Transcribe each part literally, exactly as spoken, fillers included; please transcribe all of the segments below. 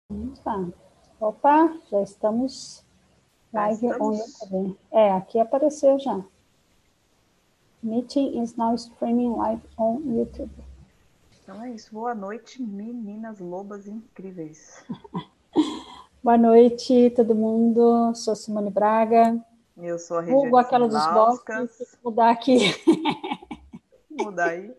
Tá. Opa, já estamos Já live on estamos? YouTube. É, aqui apareceu já. Meeting is now streaming live on YouTube. Então é isso. Boa noite, meninas lobas incríveis. Boa noite, todo mundo. Sou Simone Braga. Eu sou a Vulgo Regiane aquela dos bosques. Vou Sidlauskas. mudar aqui. Mudar aí.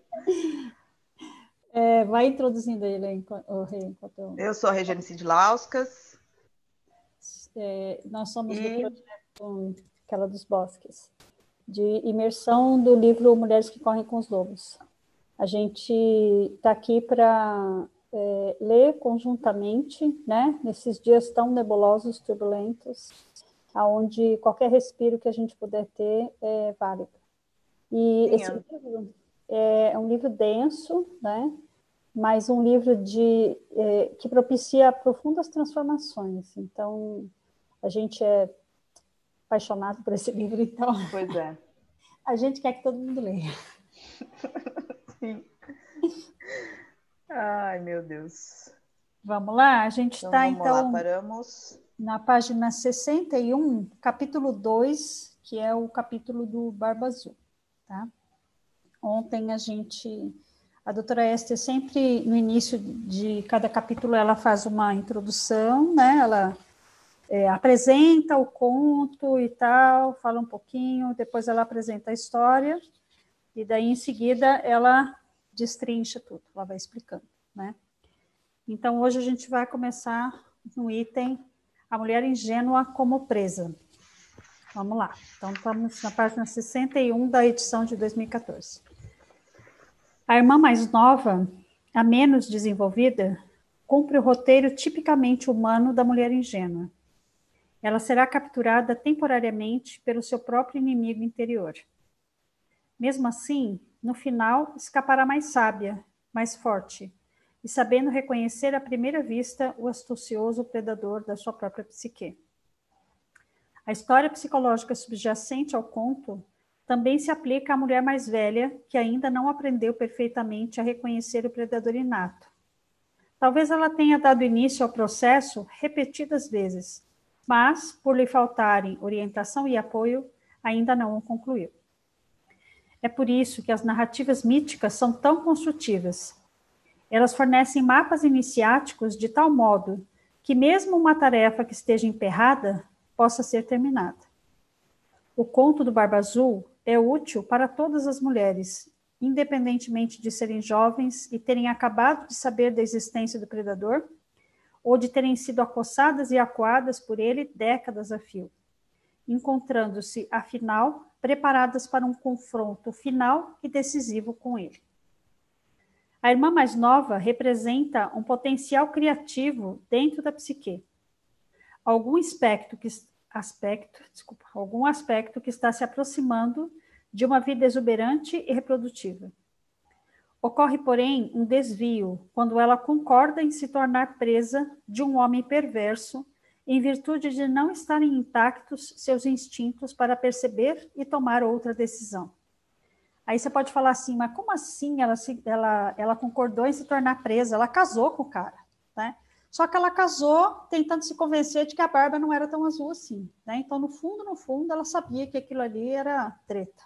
É, vai introduzindo ele aí, enquanto, o Rei, enquanto eu, Eu sou a Regiane Sidlauskas. é, nós somos do E projeto Aquela dos Bosques, de imersão do livro Mulheres que Correm com os Lobos. A gente está aqui para é, ler conjuntamente, né, nesses dias tão nebulosos, turbulentos, aonde qualquer respiro que a gente puder ter é válido. E sim, esse eu- livro é, é um livro denso, né, mas um livro de, é, que propicia profundas transformações. Então, a gente é apaixonado por esse livro, então pois é. a gente quer que todo mundo leia. Sim. Ai, meu Deus. Vamos lá? A gente Então está, vamos lá, então, paramos. na página sessenta e um, capítulo dois, que é o capítulo do Barba Azul. Tá? Ontem a gente, a doutora Esther sempre no início de cada capítulo ela faz uma introdução, né? Ela é, apresenta o conto e tal, fala um pouquinho, depois ela apresenta a história e daí em seguida ela destrincha tudo, ela vai explicando, né? Então hoje a gente vai começar no item A Mulher Ingênua como Presa. Vamos lá. Então, estamos na página sessenta e um da edição de dois mil e quatorze. A irmã mais nova, a menos desenvolvida, cumpre o roteiro tipicamente humano da mulher ingênua. Ela será capturada temporariamente pelo seu próprio inimigo interior. Mesmo assim, no final, escapará mais sábia, mais forte, e sabendo reconhecer à primeira vista o astucioso predador da sua própria psique. A história psicológica subjacente ao conto também se aplica à mulher mais velha, que ainda não aprendeu perfeitamente a reconhecer o predador inato. Talvez ela tenha dado início ao processo repetidas vezes, mas, por lhe faltarem orientação e apoio, ainda não o concluiu. É por isso que as narrativas míticas são tão construtivas. Elas fornecem mapas iniciáticos de tal modo que mesmo uma tarefa que esteja emperrada possa ser terminada. O conto do Barba Azul é útil para todas as mulheres, independentemente de serem jovens e terem acabado de saber da existência do predador, ou de terem sido acossadas e acuadas por ele décadas a fio, encontrando-se, afinal, preparadas para um confronto final e decisivo com ele. A irmã mais nova representa um potencial criativo dentro da psique. Algum aspecto que, aspecto, desculpa, algum aspecto que está se aproximando de uma vida exuberante e reprodutiva. Ocorre, porém, um desvio quando ela concorda em se tornar presa de um homem perverso em virtude de não estarem intactos seus instintos para perceber e tomar outra decisão. Aí você pode falar assim, mas como assim ela, se, ela, ela concordou em se tornar presa? Ela casou com o cara, né? Só que ela casou tentando se convencer de que a barba não era tão azul assim, né? Então, no fundo, no fundo, ela sabia que aquilo ali era treta.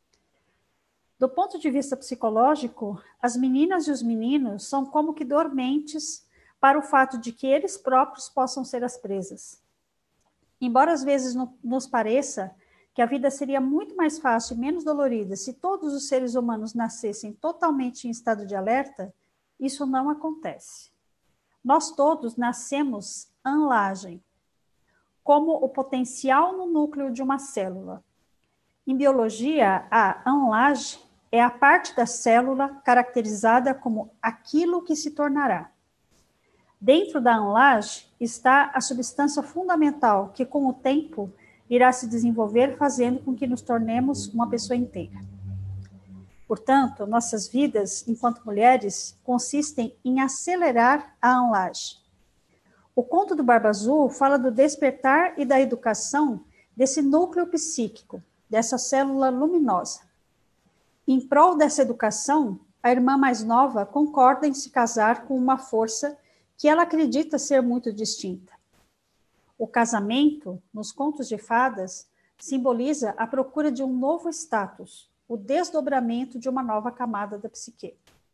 Do ponto de vista psicológico, as meninas e os meninos são como que dormentes para o fato de que eles próprios possam ser as presas. Embora às vezes no, nos pareça que a vida seria muito mais fácil e menos dolorida se todos os seres humanos nascessem totalmente em estado de alerta, isso não acontece. Nós todos nascemos anlagem, como o potencial no núcleo de uma célula. Em biologia, a anlage é a parte da célula caracterizada como aquilo que se tornará. Dentro da anlage está a substância fundamental que, com o tempo, irá se desenvolver, fazendo com que nos tornemos uma pessoa inteira. Portanto, nossas vidas, enquanto mulheres, consistem em acelerar a anlage. O conto do Barba Azul fala do despertar e da educação desse núcleo psíquico, dessa célula luminosa. Em prol dessa educação, a irmã mais nova concorda em se casar com uma força que ela acredita ser muito distinta. O casamento, nos contos de fadas, simboliza a procura de um novo status, o desdobramento de uma nova camada da psique.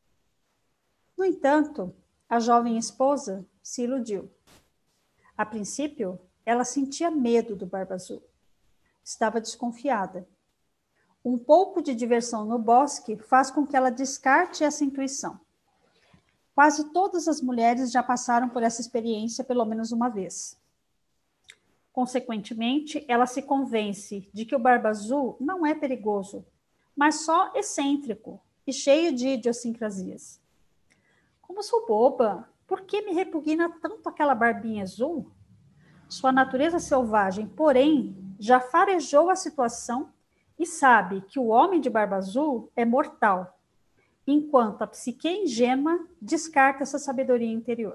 No entanto, a jovem esposa se iludiu. A princípio, ela sentia medo do Barba Azul. Estava desconfiada. Um pouco de diversão no bosque faz com que ela descarte essa intuição. Quase todas as mulheres já passaram por essa experiência pelo menos uma vez. Consequentemente, ela se convence de que o Barba Azul não é perigoso, mas só excêntrico e cheio de idiosincrasias. Como sou boba, por que me repugna tanto aquela barbinha azul? Sua natureza selvagem, porém, já farejou a situação e sabe que o homem de barba azul é mortal, enquanto a psique ingênua descarta essa sabedoria interior.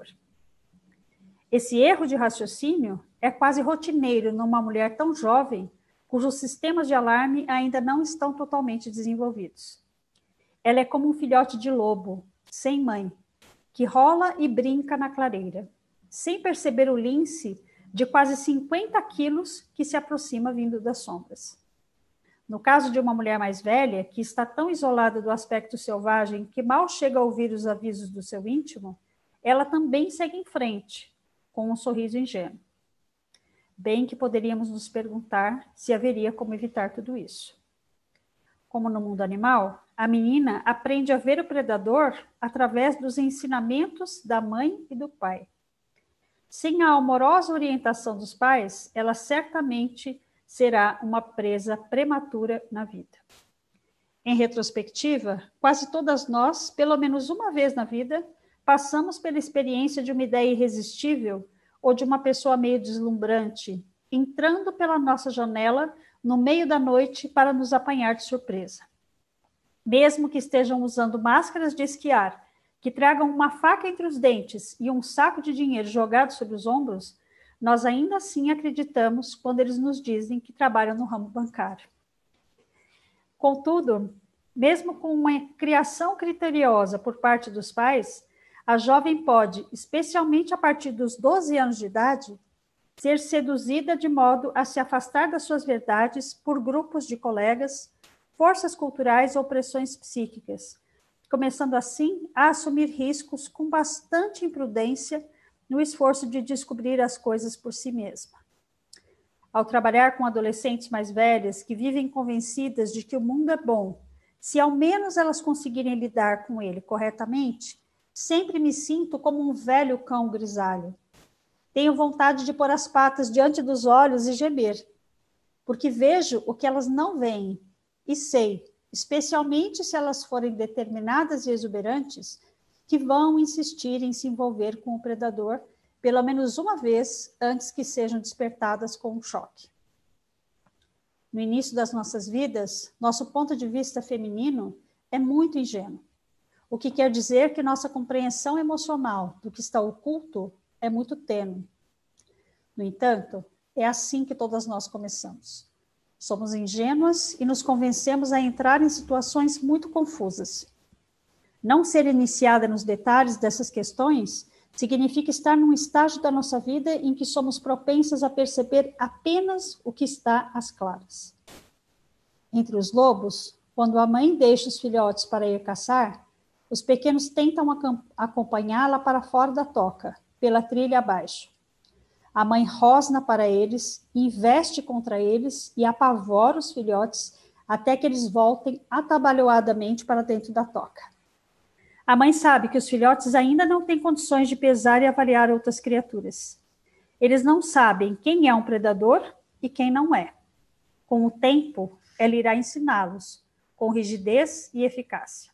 Esse erro de raciocínio é quase rotineiro numa mulher tão jovem, cujos sistemas de alarme ainda não estão totalmente desenvolvidos. Ela é como um filhote de lobo, sem mãe, que rola e brinca na clareira, sem perceber o lince de quase cinquenta quilos que se aproxima vindo das sombras. No caso de uma mulher mais velha, que está tão isolada do aspecto selvagem que mal chega a ouvir os avisos do seu íntimo, ela também segue em frente, com um sorriso ingênuo. Bem que poderíamos nos perguntar se haveria como evitar tudo isso. Como no mundo animal, a menina aprende a ver o predador através dos ensinamentos da mãe e do pai. Sem a amorosa orientação dos pais, ela certamente será uma presa prematura na vida. Em retrospectiva, quase todas nós, pelo menos uma vez na vida, passamos pela experiência de uma ideia irresistível ou de uma pessoa meio deslumbrante, entrando pela nossa janela no meio da noite para nos apanhar de surpresa. Mesmo que estejam usando máscaras de esquiar, que tragam uma faca entre os dentes e um saco de dinheiro jogado sobre os ombros, nós ainda assim acreditamos quando eles nos dizem que trabalham no ramo bancário. Contudo, mesmo com uma criação criteriosa por parte dos pais, a jovem pode, especialmente a partir dos doze anos de idade, ser seduzida de modo a se afastar das suas verdades por grupos de colegas, forças culturais ou pressões psíquicas, começando assim a assumir riscos com bastante imprudência no esforço de descobrir as coisas por si mesma. Ao trabalhar com adolescentes mais velhas que vivem convencidas de que o mundo é bom, se ao menos elas conseguirem lidar com ele corretamente, sempre me sinto como um velho cão grisalho. Tenho vontade de pôr as patas diante dos olhos e gemer, porque vejo o que elas não veem e sei, especialmente se elas forem determinadas e exuberantes, que vão insistir em se envolver com o predador pelo menos uma vez antes que sejam despertadas com um choque. No início das nossas vidas, nosso ponto de vista feminino é muito ingênuo, o que quer dizer que nossa compreensão emocional do que está oculto é muito tênue. No entanto, é assim que todas nós começamos. Somos ingênuas e nos convencemos a entrar em situações muito confusas. Não ser iniciada nos detalhes dessas questões significa estar num estágio da nossa vida em que somos propensas a perceber apenas o que está às claras. Entre os lobos, quando a mãe deixa os filhotes para ir caçar, os pequenos tentam acompanhá-la para fora da toca, pela trilha abaixo. A mãe rosna para eles, investe contra eles e apavora os filhotes até que eles voltem atabalhoadamente para dentro da toca. A mãe sabe que os filhotes ainda não têm condições de pesar e avaliar outras criaturas. Eles não sabem quem é um predador e quem não é. Com o tempo, ela irá ensiná-los, com rigidez e eficácia.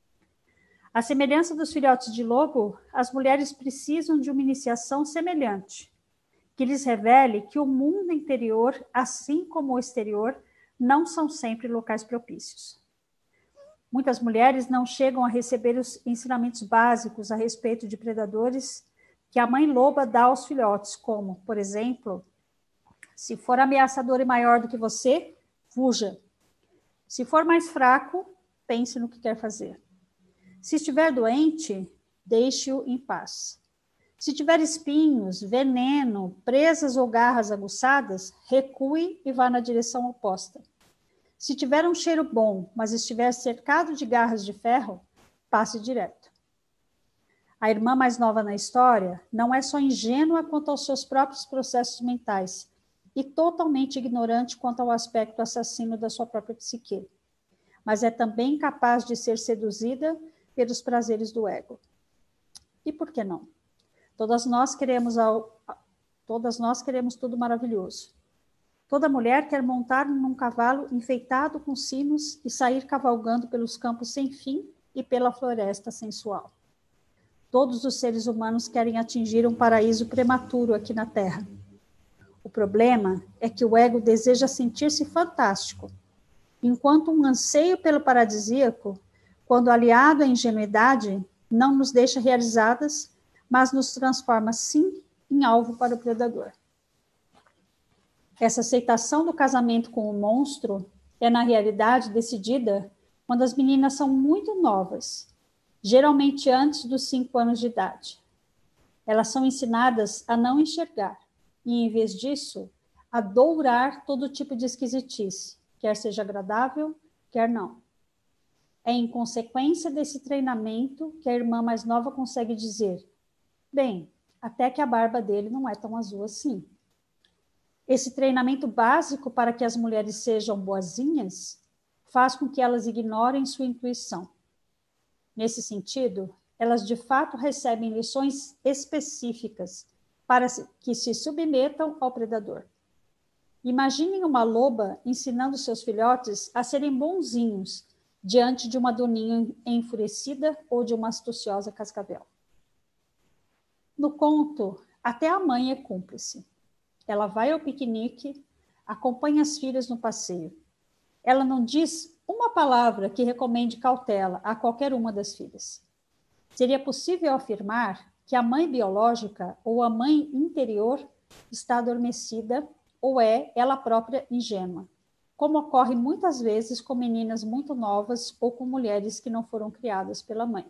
À semelhança dos filhotes de lobo, as mulheres precisam de uma iniciação semelhante, que lhes revele que o mundo interior, assim como o exterior, não são sempre locais propícios. Muitas mulheres não chegam a receber os ensinamentos básicos a respeito de predadores que a mãe loba dá aos filhotes, como, por exemplo, se for ameaçador e maior do que você, fuja. Se for mais fraco, pense no que quer fazer. Se estiver doente, deixe-o em paz. Se tiver espinhos, veneno, presas ou garras aguçadas, recue e vá na direção oposta. Se tiver um cheiro bom, mas estiver cercado de garras de ferro, passe direto. A irmã mais nova na história não é só ingênua quanto aos seus próprios processos mentais e totalmente ignorante quanto ao aspecto assassino da sua própria psique, mas é também capaz de ser seduzida pelos prazeres do ego. E por que não? Todas nós queremos, ao, todas nós queremos tudo maravilhoso. Toda mulher quer montar num cavalo enfeitado com sinos e sair cavalgando pelos campos sem fim e pela floresta sensual. Todos os seres humanos querem atingir um paraíso prematuro aqui na Terra. O problema é que o ego deseja sentir-se fantástico, enquanto um anseio pelo paradisíaco, quando aliado à ingenuidade, não nos deixa realizadas, mas nos transforma, sim, em alvo para o predador. Essa aceitação do casamento com o monstro é, na realidade, decidida quando as meninas são muito novas, geralmente antes dos cinco anos de idade. Elas são ensinadas a não enxergar e, em vez disso, a dourar todo tipo de esquisitice, quer seja agradável, quer não. É em consequência desse treinamento que a irmã mais nova consegue dizer: bem, até que a barba dele não é tão azul assim. Esse treinamento básico para que as mulheres sejam boazinhas faz com que elas ignorem sua intuição. Nesse sentido, elas de fato recebem lições específicas para que se submetam ao predador. Imaginem uma loba ensinando seus filhotes a serem bonzinhos diante de uma doninha enfurecida ou de uma astuciosa cascavel. No conto, até a mãe é cúmplice. Ela vai ao piquenique, acompanha as filhas no passeio. Ela não diz uma palavra que recomende cautela a qualquer uma das filhas. Seria possível afirmar que a mãe biológica ou a mãe interior está adormecida ou é ela própria ingênua, como ocorre muitas vezes com meninas muito novas ou com mulheres que não foram criadas pela mãe.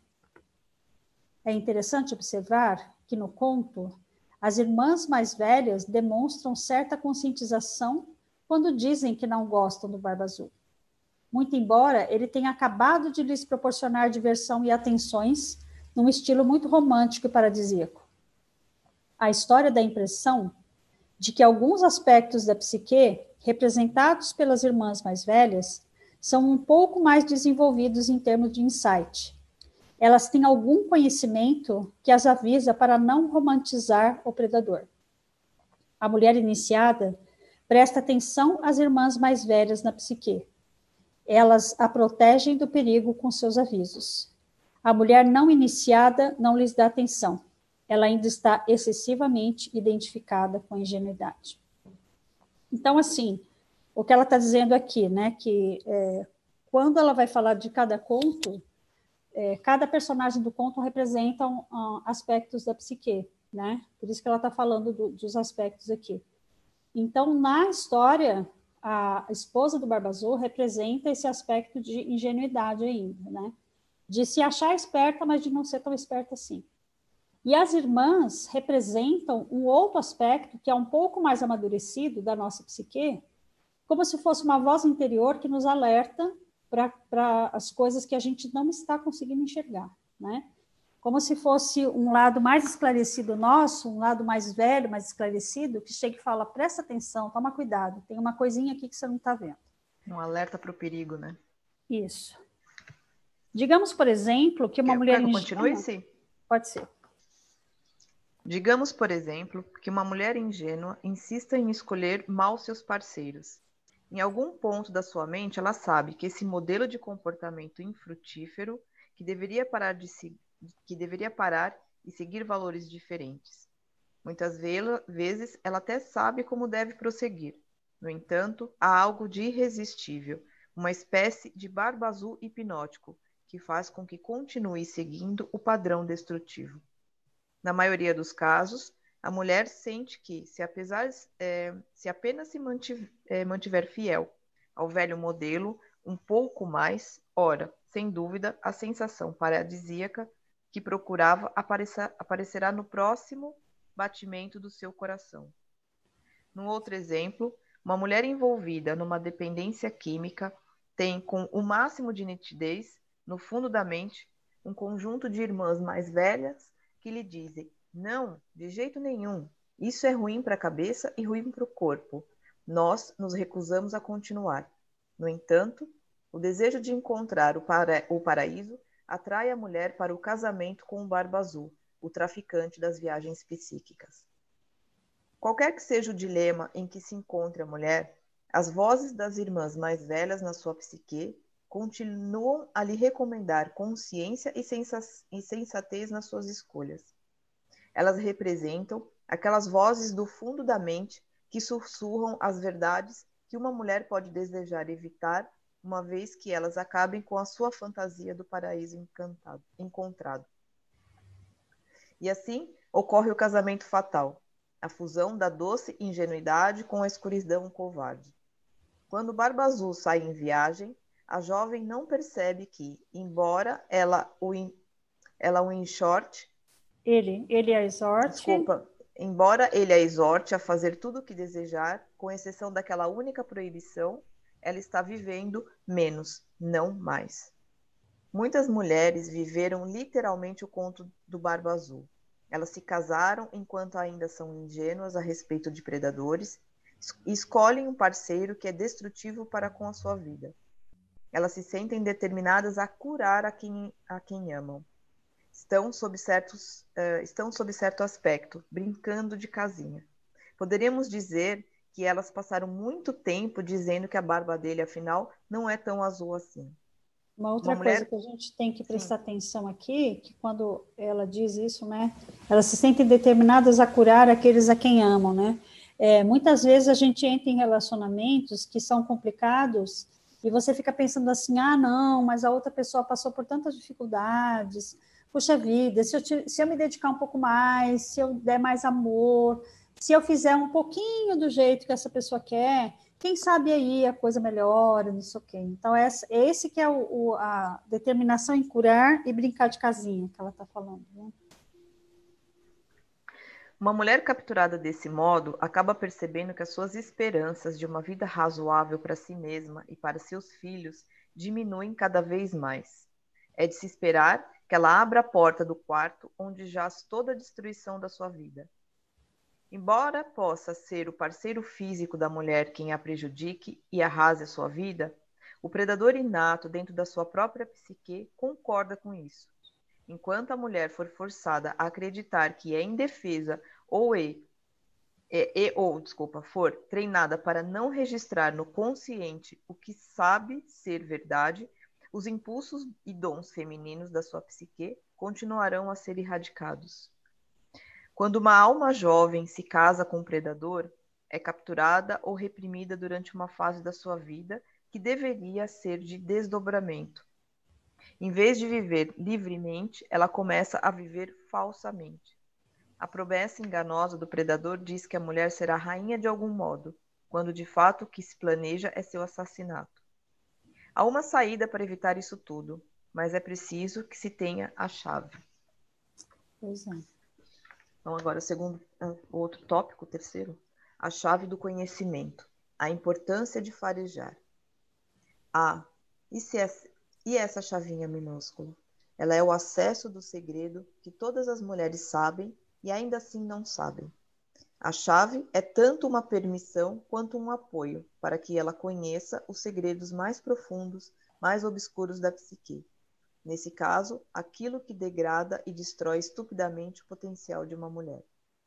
É interessante observar que no conto, as irmãs mais velhas demonstram certa conscientização quando dizem que não gostam do Barba Azul. Muito embora ele tenha acabado de lhes proporcionar diversão e atenções num estilo muito romântico e paradisíaco. A história dá a impressão de que alguns aspectos da psique, representados pelas irmãs mais velhas, são um pouco mais desenvolvidos em termos de insight. Elas têm algum conhecimento que as avisa para não romantizar o predador. A mulher iniciada presta atenção às irmãs mais velhas na psique. Elas a protegem do perigo com seus avisos. A mulher não iniciada não lhes dá atenção. Ela ainda está excessivamente identificada com a ingenuidade. Então, assim, o que ela está dizendo aqui, né, que é, quando ela vai falar de cada conto, é, cada personagem do conto representa um, um, aspectos da psique, né? Por isso que ela está falando do, dos aspectos aqui. Então, na história, a esposa do Barba Azul representa esse aspecto de ingenuidade ainda, né? De se achar esperta, mas de não ser tão esperta assim. E as irmãs representam um outro aspecto que é um pouco mais amadurecido da nossa psique, como se fosse uma voz interior que nos alerta para as coisas que a gente não está conseguindo enxergar, né? Como se fosse um lado mais esclarecido nosso, um lado mais velho, mais esclarecido, que chega e fala: presta atenção, toma cuidado, tem uma coisinha aqui que você não está vendo. Um alerta para o perigo, né? Isso. Digamos, por exemplo, que uma Quer, mulher quer que eu ingênua... continue, sim? Pode ser. Digamos, por exemplo, que uma mulher ingênua insista em escolher mal seus parceiros. Em algum ponto da sua mente, ela sabe que esse modelo de comportamento infrutífero, que deveria parar, de se, que deveria parar e seguir valores diferentes. Muitas vezes, ela até sabe como deve prosseguir. No entanto, há algo de irresistível, uma espécie de barba azul hipnótico, que faz com que continue seguindo o padrão destrutivo. Na maioria dos casos, a mulher sente que, se, apesar, é, se apenas se mantiver, é, mantiver fiel ao velho modelo um pouco mais, ora, sem dúvida, a sensação paradisíaca que procurava aparecer, aparecerá no próximo batimento do seu coração. Num outro exemplo, uma mulher envolvida numa dependência química tem, com o máximo de nitidez, no fundo da mente, um conjunto de irmãs mais velhas que lhe dizem: não, de jeito nenhum, isso é ruim para a cabeça e ruim para o corpo. Nós nos recusamos a continuar. No entanto, o desejo de encontrar o, para... o paraíso atrai a mulher para o casamento com o Barba Azul, o traficante das viagens psíquicas. Qualquer que seja o dilema em que se encontre a mulher, as vozes das irmãs mais velhas na sua psique continuam a lhe recomendar consciência e, sensa... e sensatez nas suas escolhas. Elas representam aquelas vozes do fundo da mente que sussurram as verdades que uma mulher pode desejar evitar, uma vez que elas acabem com a sua fantasia do paraíso encantado, encontrado. E assim ocorre o casamento fatal, a fusão da doce ingenuidade com a escuridão covarde. Quando Barba Azul sai em viagem, a jovem não percebe que, embora ela o, in, ela o enxorte, Ele, ele a exorte. Desculpa. Embora ele a exorte a fazer tudo o que desejar, com exceção daquela única proibição, ela está vivendo menos, não mais. Muitas mulheres viveram literalmente o conto do Barba Azul. Elas se casaram enquanto ainda são ingênuas a respeito de predadores e escolhem um parceiro que é destrutivo para com a sua vida. Elas se sentem determinadas a curar a quem, a quem amam. Estão sob, certos, uh, estão sob certo aspecto, brincando de casinha. Poderíamos dizer que elas passaram muito tempo dizendo que a barba dele, afinal, não é tão azul assim. Uma outra Uma coisa mulher... que a gente tem que prestar Sim. atenção aqui, que quando ela diz isso, né, elas se sentem determinadas a curar aqueles a quem amam, né? É, muitas vezes a gente entra em relacionamentos que são complicados e você fica pensando assim, ah, não, mas a outra pessoa passou por tantas dificuldades. Puxa vida, se eu, te, se eu me dedicar um pouco mais, se eu der mais amor, se eu fizer um pouquinho do jeito que essa pessoa quer, quem sabe aí a coisa melhora, não sei o quê. Então, essa, esse que é o, o, a determinação em curar e brincar de casinha que ela está falando, né? Uma mulher capturada desse modo acaba percebendo que as suas esperanças de uma vida razoável para si mesma e para seus filhos diminuem cada vez mais. É de se esperar que ela abra a porta do quarto onde jaz toda a destruição da sua vida. Embora possa ser o parceiro físico da mulher quem a prejudique e arrase a sua vida, o predador inato dentro da sua própria psique concorda com isso. Enquanto a mulher for forçada a acreditar que é indefesa ou, é, é, é, ou desculpa, for treinada para não registrar no consciente o que sabe ser verdade, os impulsos e dons femininos da sua psique continuarão a ser erradicados. Quando uma alma jovem se casa com um predador, é capturada ou reprimida durante uma fase da sua vida que deveria ser de desdobramento. Em vez de viver livremente, ela começa a viver falsamente. A promessa enganosa do predador diz que a mulher será rainha de algum modo, quando de fato o que se planeja é seu assassinato. Há uma saída para evitar isso tudo, mas é preciso que se tenha a chave. Pois é. Então, agora, segundo o outro tópico, o terceiro, a chave do conhecimento, a importância de farejar. Ah, e, se é, e essa chavinha minúscula? Ela é o acesso do segredo que todas as mulheres sabem e ainda assim não sabem. A chave é tanto uma permissão quanto um apoio para que ela conheça os segredos mais profundos, mais obscuros da psique. Nesse caso, aquilo que degrada e destrói estupidamente o potencial de uma mulher.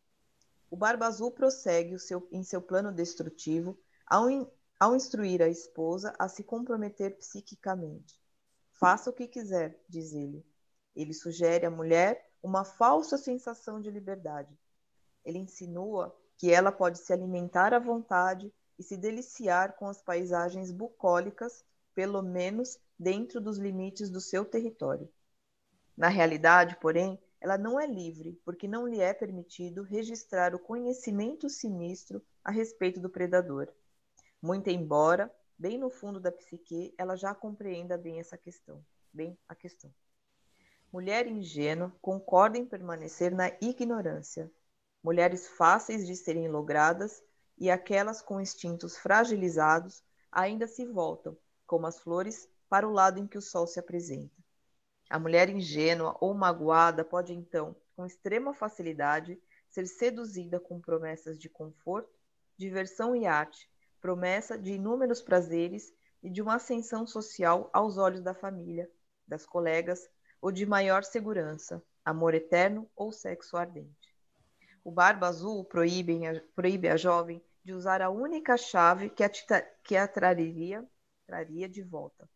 O Barba Azul prossegue o seu, em seu plano destrutivo ao, in, ao instruir a esposa a se comprometer psiquicamente. Faça o que quiser, diz ele. Ele sugere à mulher uma falsa sensação de liberdade. Ele insinua que ela pode se alimentar à vontade e se deliciar com as paisagens bucólicas, pelo menos dentro dos limites do seu território. Na realidade, porém, ela não é livre, porque não lhe é permitido registrar o conhecimento sinistro a respeito do predador. Muito embora, bem no fundo da psique, ela já compreenda bem essa questão, bem a questão. Mulher ingênua concorda em permanecer na ignorância. Mulheres fáceis de serem logradas e aquelas com instintos fragilizados ainda se voltam, como as flores, para o lado em que o sol se apresenta. A mulher ingênua ou magoada pode, então, com extrema facilidade, ser seduzida com promessas de conforto, diversão e arte, promessa de inúmeros prazeres e de uma ascensão social aos olhos da família, das colegas, ou de maior segurança, amor eterno ou sexo ardente. O Barba Azul proíbe, proíbe a jovem de usar a única chave que a, que a traria, traria de volta.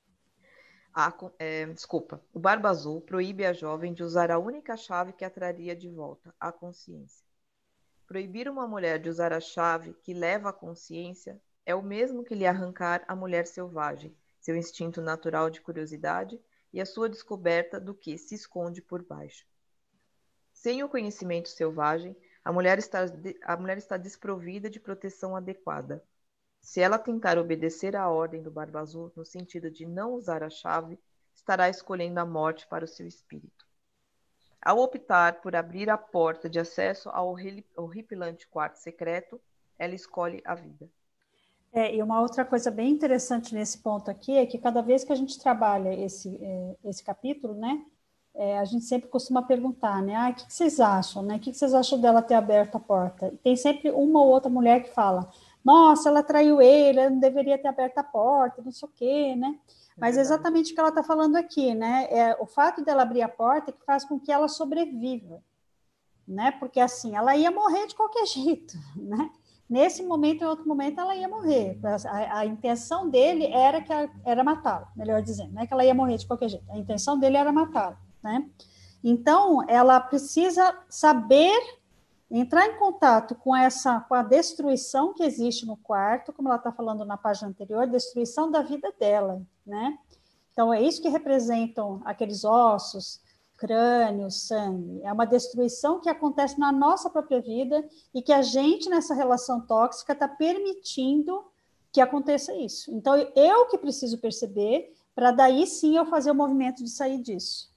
A, é, desculpa, o Barba Azul proíbe a jovem de usar a única chave que a traria de volta, a consciência. Proibir uma mulher de usar a chave que leva à consciência é o mesmo que lhe arrancar a mulher selvagem, seu instinto natural de curiosidade e a sua descoberta do que se esconde por baixo. Sem o conhecimento selvagem, a mulher está, a mulher está desprovida de proteção adequada. Se ela tentar obedecer à ordem do Barba Azul no sentido de não usar a chave, estará escolhendo a morte para o seu espírito. Ao optar por abrir a porta de acesso ao horripilante quarto secreto, ela escolhe a vida. É, e uma outra coisa bem interessante nesse ponto aqui é que cada vez que a gente trabalha esse, é, esse capítulo, né, é, a gente sempre costuma perguntar, né, ah, o que, que vocês acham, né, o que, que vocês acham dela ter aberto a porta? E tem sempre uma ou outra mulher que fala, nossa, ela traiu ele, ela não deveria ter aberto a porta, não sei o quê, né, mas é exatamente o que ela está falando aqui, né, é o fato dela abrir a porta que faz com que ela sobreviva, né, porque assim, ela ia morrer de qualquer jeito, né. Nesse momento, em outro momento, ela ia morrer. A, a intenção dele era, que a, era matá-la, melhor dizendo, não é que ela ia morrer de qualquer jeito. A intenção dele era matá-la, né? Então, ela precisa saber entrar em contato com essa, com a destruição que existe no quarto, como ela está falando na página anterior, destruição da vida dela, né? Então, é isso que representam aqueles ossos, crânio, sangue, é uma destruição que acontece na nossa própria vida e que a gente, nessa relação tóxica, está permitindo que aconteça isso. Então, eu que preciso perceber, para daí sim eu fazer o movimento de sair disso.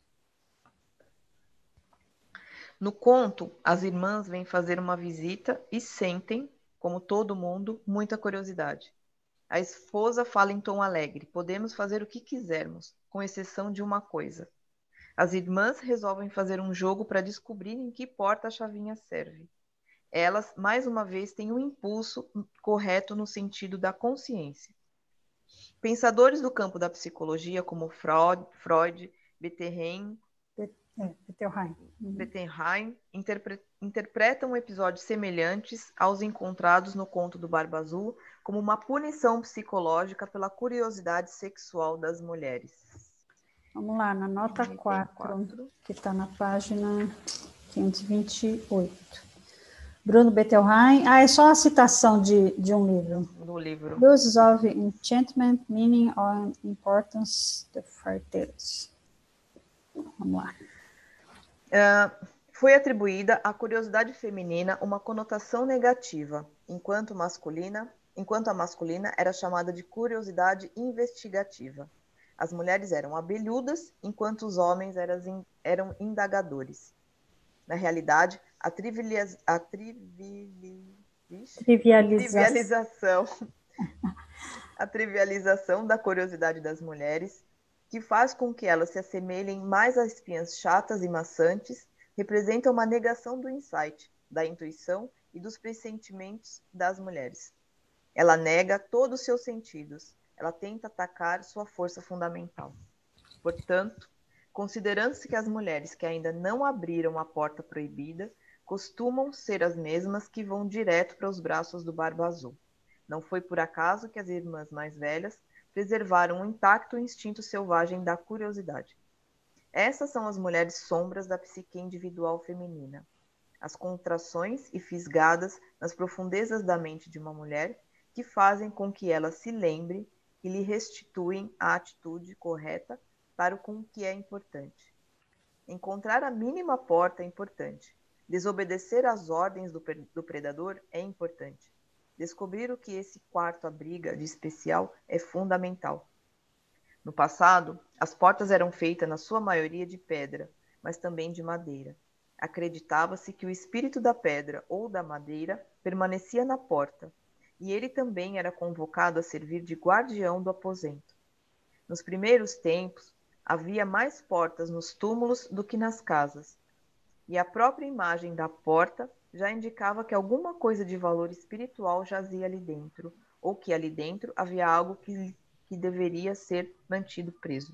No conto, as irmãs vêm fazer uma visita e sentem, como todo mundo, muita curiosidade. A esposa fala em tom alegre, podemos fazer o que quisermos, com exceção de uma coisa. As irmãs resolvem fazer um jogo para descobrir em que porta a chavinha serve. Elas, mais uma vez, têm um impulso correto no sentido da consciência. Pensadores do campo da psicologia, como Freud, Freud Bettelheim, é, Bettelheim, uhum. Bettelheim interpre, interpretam episódios semelhantes aos encontrados no conto do Barba Azul como uma punição psicológica pela curiosidade sexual das mulheres. Vamos lá, na nota quatro, que está na página quinhentos e vinte e oito. Bruno Bettelheim. Ah, é só a citação de, de um livro. Do livro. Uses of Enchantment, Meaning or Importance of Fairy Tales. Vamos lá. Uh, foi atribuída à curiosidade feminina uma conotação negativa, enquanto, masculina, enquanto a masculina era chamada de curiosidade investigativa. As mulheres eram abelhudas, enquanto os homens eram, eram indagadores. Na realidade, a, trivializ, a trivili, trivialização, a trivialização da curiosidade das mulheres, que faz com que elas se assemelhem mais a espiãs chatas e maçantes, representa uma negação do insight, da intuição e dos pressentimentos das mulheres. Ela nega todos os seus sentidos. Ela tenta atacar sua força fundamental. Portanto, considerando-se que as mulheres que ainda não abriram a porta proibida costumam ser as mesmas que vão direto para os braços do Barba Azul. Não foi por acaso que as irmãs mais velhas preservaram intacto o instinto selvagem da curiosidade. Essas são as mulheres sombras da psique individual feminina. As contrações e fisgadas nas profundezas da mente de uma mulher que fazem com que ela se lembre e lhe restituem a atitude correta para o que é importante. Encontrar a mínima porta é importante. Desobedecer às ordens do, do predador é importante. Descobrir o que esse quarto abriga de especial é fundamental. No passado, as portas eram feitas na sua maioria de pedra, mas também de madeira. Acreditava-se que o espírito da pedra ou da madeira permanecia na porta, e ele também era convocado a servir de guardião do aposento. Nos primeiros tempos, havia mais portas nos túmulos do que nas casas, e a própria imagem da porta já indicava que alguma coisa de valor espiritual jazia ali dentro, ou que ali dentro havia algo que, que deveria ser mantido preso.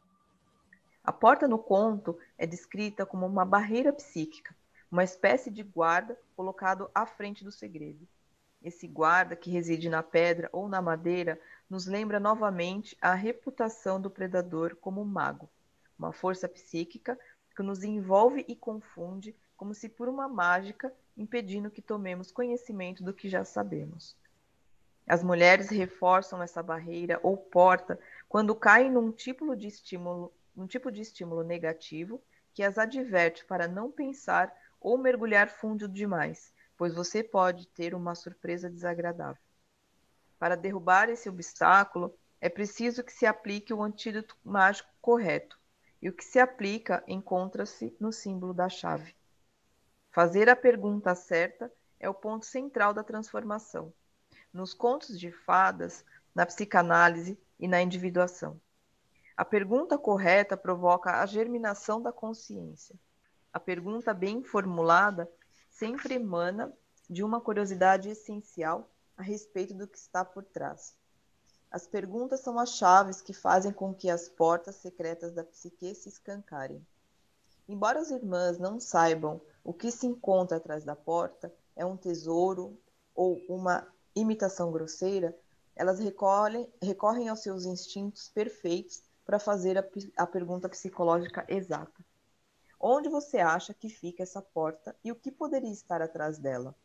A porta no conto é descrita como uma barreira psíquica, uma espécie de guarda colocado à frente do segredo. Esse guarda, que reside na pedra ou na madeira, nos lembra novamente a reputação do predador como mago, uma força psíquica que nos envolve e confunde como se por uma mágica, impedindo que tomemos conhecimento do que já sabemos. As mulheres reforçam essa barreira ou porta quando caem num tipo de estímulo, num tipo de estímulo negativo que as adverte para não pensar ou mergulhar fundo demais, pois você pode ter uma surpresa desagradável. Para derrubar esse obstáculo, é preciso que se aplique o antídoto mágico correto, e o que se aplica encontra-se no símbolo da chave. Fazer a pergunta certa é o ponto central da transformação, nos contos de fadas, na psicanálise e na individuação. A pergunta correta provoca a germinação da consciência. A pergunta bem formulada sempre emana de uma curiosidade essencial a respeito do que está por trás. As perguntas são as chaves que fazem com que as portas secretas da psique se escancarem. Embora as irmãs não saibam o que se encontra atrás da porta, é um tesouro ou uma imitação grosseira, elas recolhem, recorrem aos seus instintos perfeitos para fazer a, a pergunta psicológica exata. Onde você acha que fica essa porta e o que poderia estar atrás dela?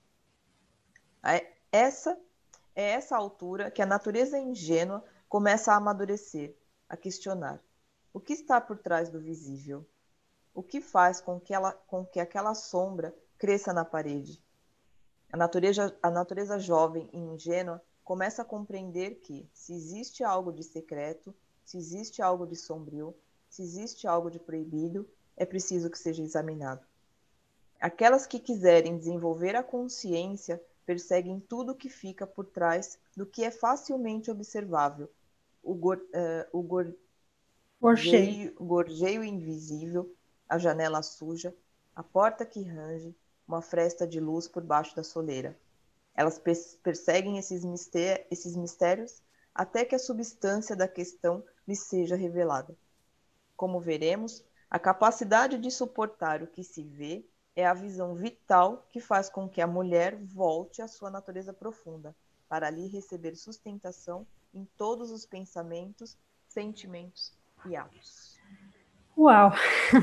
Essa é essa altura que a natureza ingênua começa a amadurecer, a questionar. O que está por trás do visível? O que faz com que, ela, com que aquela sombra cresça na parede? A natureza, a natureza jovem e ingênua começa a compreender que, se existe algo de secreto, se existe algo de sombrio, se existe algo de proibido, é preciso que seja examinado. Aquelas que quiserem desenvolver a consciência perseguem tudo que fica por trás do que é facilmente observável. O, gor, uh, o gor, gorjeio, gorjeio invisível, a janela suja, a porta que range, uma fresta de luz por baixo da soleira. Elas perseguem esses, mistério, esses mistérios até que a substância da questão lhes seja revelada. Como veremos, a capacidade de suportar o que se vê é a visão vital que faz com que a mulher volte à sua natureza profunda, para ali receber sustentação em todos os pensamentos, sentimentos e atos. Uau!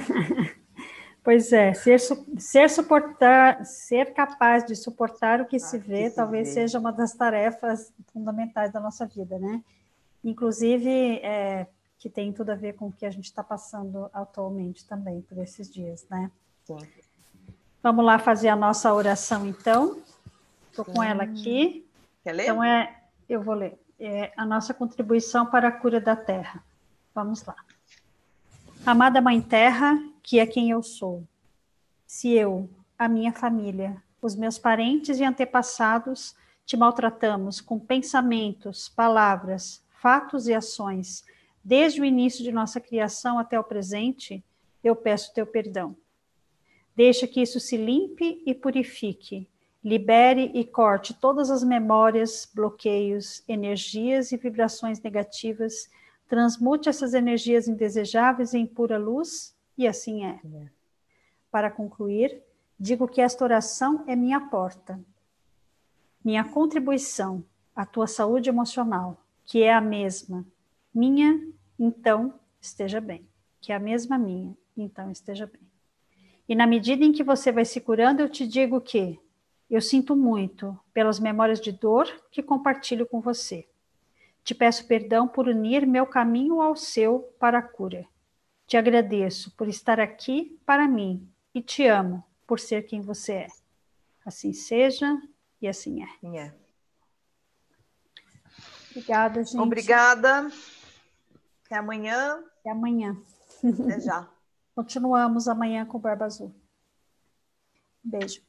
Pois é, ser, ser, suportar, ser capaz de suportar o que ah, se vê, que se talvez vê. seja uma das tarefas fundamentais da nossa vida, né? Inclusive, é, que tem tudo a ver com o que a gente está passando atualmente também, por esses dias, né? Sim. Vamos lá fazer a nossa oração, então. Estou com ela aqui. Quer ler? Então, é, eu vou ler. É a nossa contribuição para a cura da Terra. Vamos lá. Amada Mãe Terra, que é quem eu sou. Se eu, a minha família, os meus parentes e antepassados te maltratamos com pensamentos, palavras, fatos e ações, desde o início de nossa criação até o presente, eu peço teu perdão. Deixa que isso se limpe e purifique, libere e corte todas as memórias, bloqueios, energias e vibrações negativas, transmute essas energias indesejáveis em pura luz, e assim é. é. Para concluir, digo que esta oração é minha porta, minha contribuição à tua saúde emocional, que é a mesma minha, então esteja bem. Que é a mesma minha, então esteja bem. E na medida em que você vai se curando, eu te digo que eu sinto muito pelas memórias de dor que compartilho com você. Te peço perdão por unir meu caminho ao seu para a cura. Te agradeço por estar aqui para mim e te amo por ser quem você é. Assim seja e assim é. Sim, é. Obrigada, gente. Obrigada. Até amanhã. Até amanhã. Até já. Continuamos amanhã com o Barba Azul. Beijo.